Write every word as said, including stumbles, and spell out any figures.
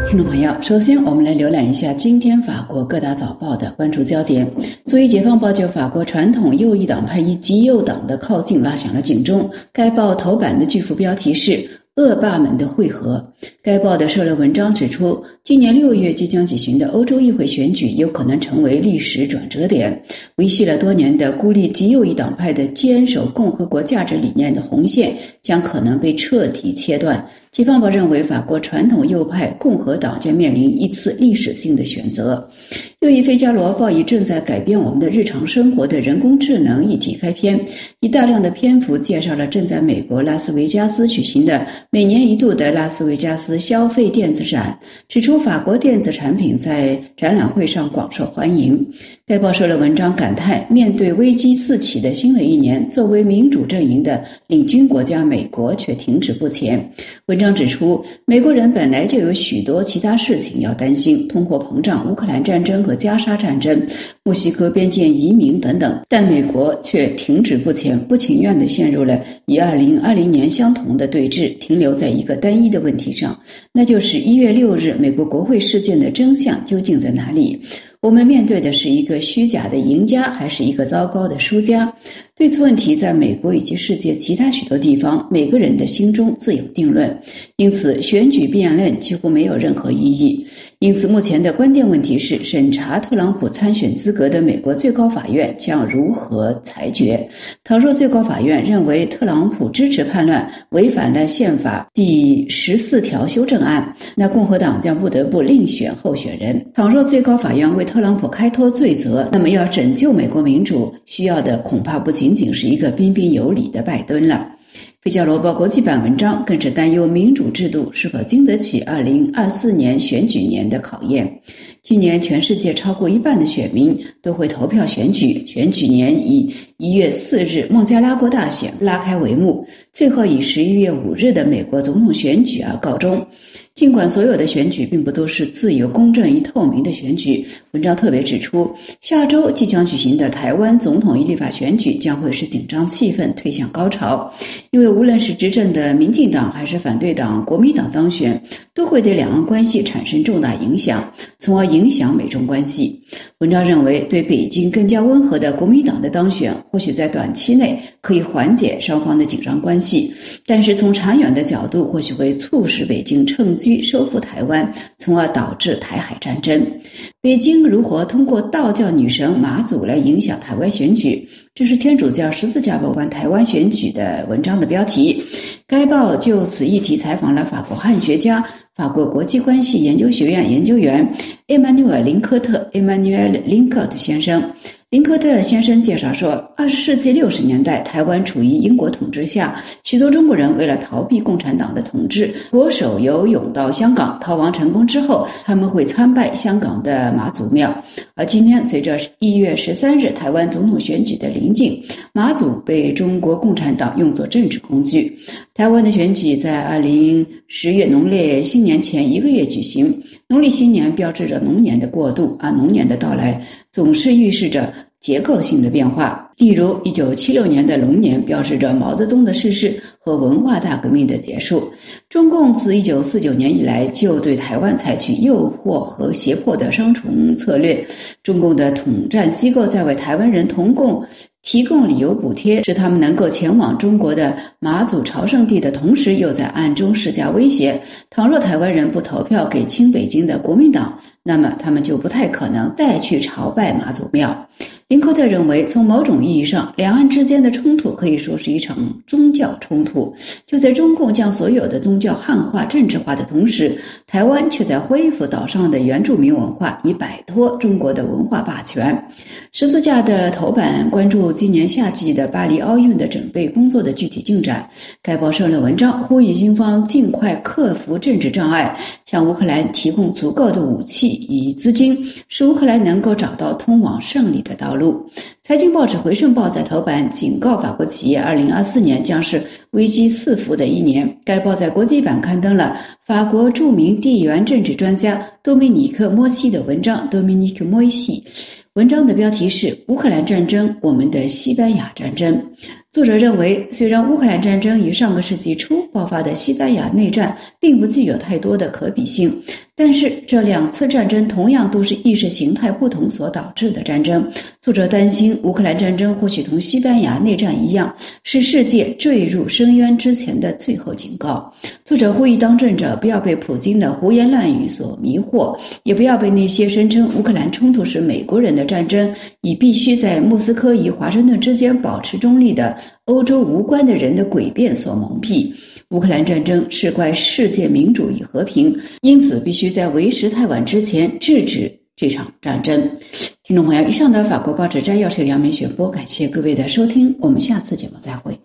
听众朋友，首先我们来浏览一下今天法国各大早报的关注焦点。作为解放报就法国传统右翼党派以极右党的靠近拉响了警钟。该报头版的巨幅标题是恶霸们的汇合。该报的社论文章指出，今年六月即将举行的欧洲议会选举有可能成为历史转折点，维系了多年的孤立极右翼党派的坚守共和国价值理念的红线将可能被彻底切断。解放报认为，法国传统右派共和党将面临一次历史性的选择。右翼《费加罗报》以正在改变我们的日常生活的人工智能议题开篇，以大量的篇幅介绍了正在美国拉斯维加斯举行的每年一度的拉斯维加斯消费电子展，指出法国电子产品在展览会上广受欢迎。该报社论文章感叹，面对危机四起的新的一年，作为民主阵营的领军国家美国却停止不前。文章指出，美国人本来就有许多其他事情要担心，通货膨胀、乌克兰战争和加沙战争、墨西哥边界移民等等，但美国却停止不前，不情愿地陷入了以二零二零年相同的对峙，停留在一个单一的问题上，那就是一月六日美国国会事件的真相究竟在哪里？我们面对的是一个虚假的赢家，还是一个糟糕的输家？对此问题，在美国以及世界其他许多地方，每个人的心中自有定论。因此，选举辩论几乎没有任何意义。因此，目前的关键问题是，审查特朗普参选资格的美国最高法院将如何裁决？倘若最高法院认为特朗普支持叛乱违反了宪法第十四条修正案，那共和党将不得不另选候选人。倘若最高法院为特朗普开脱罪责，那么要拯救美国民主，需要的恐怕不仅仅是一个彬彬有礼的拜登了。费加罗报国际版文章更是担忧民主制度是否经得起二零二四年选举年的考验。今年全世界超过一半的选民都会投票选举，选举年以一月四日孟加拉国大选拉开帷幕，最后以十一月五日的美国总统选举而告终。尽管所有的选举并不都是自由、公正与透明的选举，文章特别指出，下周即将举行的台湾总统与立法选举将会使紧张气氛推向高潮，因为无论是执政的民进党还是反对党国民党当选，都会对两岸关系产生重大影响，从而影响美中关系。文章认为，对北京更加温和的国民党的当选，或许在短期内可以缓解双方的紧张关系，但是从长远的角度，或许会促使北京趁机收复台湾，从而导致台海战争。北京如何通过道教女神妈祖来影响台湾选举？这是天主教十字架报关台湾选举的文章的标题。该报就此议题采访了法国汉学家、法国国际关系研究学院研究员埃曼纽尔·林科特 （Emmanuel Linkert 先生）。林科特先生介绍说，二十世纪六十年代，台湾处于英国统治下，许多中国人为了逃避共产党的统治，国手游泳到香港，逃亡成功之后，他们会参拜香港的妈祖庙。而今天，随着一月十三日台湾总统选举的临近，妈祖被中国共产党用作政治工具。台湾的选举在二零十月农历新年前一个月举行，农历新年标志着龙年的过渡，而龙年的到来总是预示着结构性的变化。例如一九七六年的龙年标志着毛泽东的逝世和文化大革命的结束。中共自一九四九年以来就对台湾采取诱惑和胁迫的双重策略。中共的统战机构在为台湾人同共提供理由补贴，使他们能够前往中国的马祖朝圣地的同时，又在暗中施加威胁。倘若台湾人不投票给亲北京的国民党，那么他们就不太可能再去朝拜马祖庙。林科特认为，从某种意义上，两岸之间的冲突可以说是一场宗教冲突。就在中共将所有的宗教汉化、政治化的同时，台湾却在恢复岛上的原住民文化，以摆脱中国的文化霸权。十字架的头版关注今年夏季的巴黎奥运的准备工作的具体进展。该报社论文章呼吁新方尽快克服政治障碍，向乌克兰提供足够的武器与资金，使乌克兰能够找到通往胜利的道路。财经报纸回声报在头版警告法国企业二零二四年将是危机四伏的一年。该报在国际版刊登了法国著名地缘政治专家多米尼克·莫西的文章 Dominique Moïse。文章的标题是乌克兰战争，我们的西班牙战争。作者认为，虽然乌克兰战争与上个世纪初爆发的西班牙内战并不具有太多的可比性， 但是这两次战争同样都是意识形态不同所导致的战争。作者担心乌克兰战争或许同西班牙内战一样，是世界坠入深渊之前的最后警告。作者呼吁当政者不要被普京的胡言乱语所迷惑，也不要被那些声称乌克兰冲突是美国人的战争，以必须在莫斯科与华盛顿之间保持中立的欧洲无关的人的诡辩所蒙蔽。乌克兰战争事关世界民主与和平，因此必须在为时太晚之前制止这场战争。听众朋友，以上的法国报纸摘要是梁梅选播，感谢各位的收听，我们下次节目再会。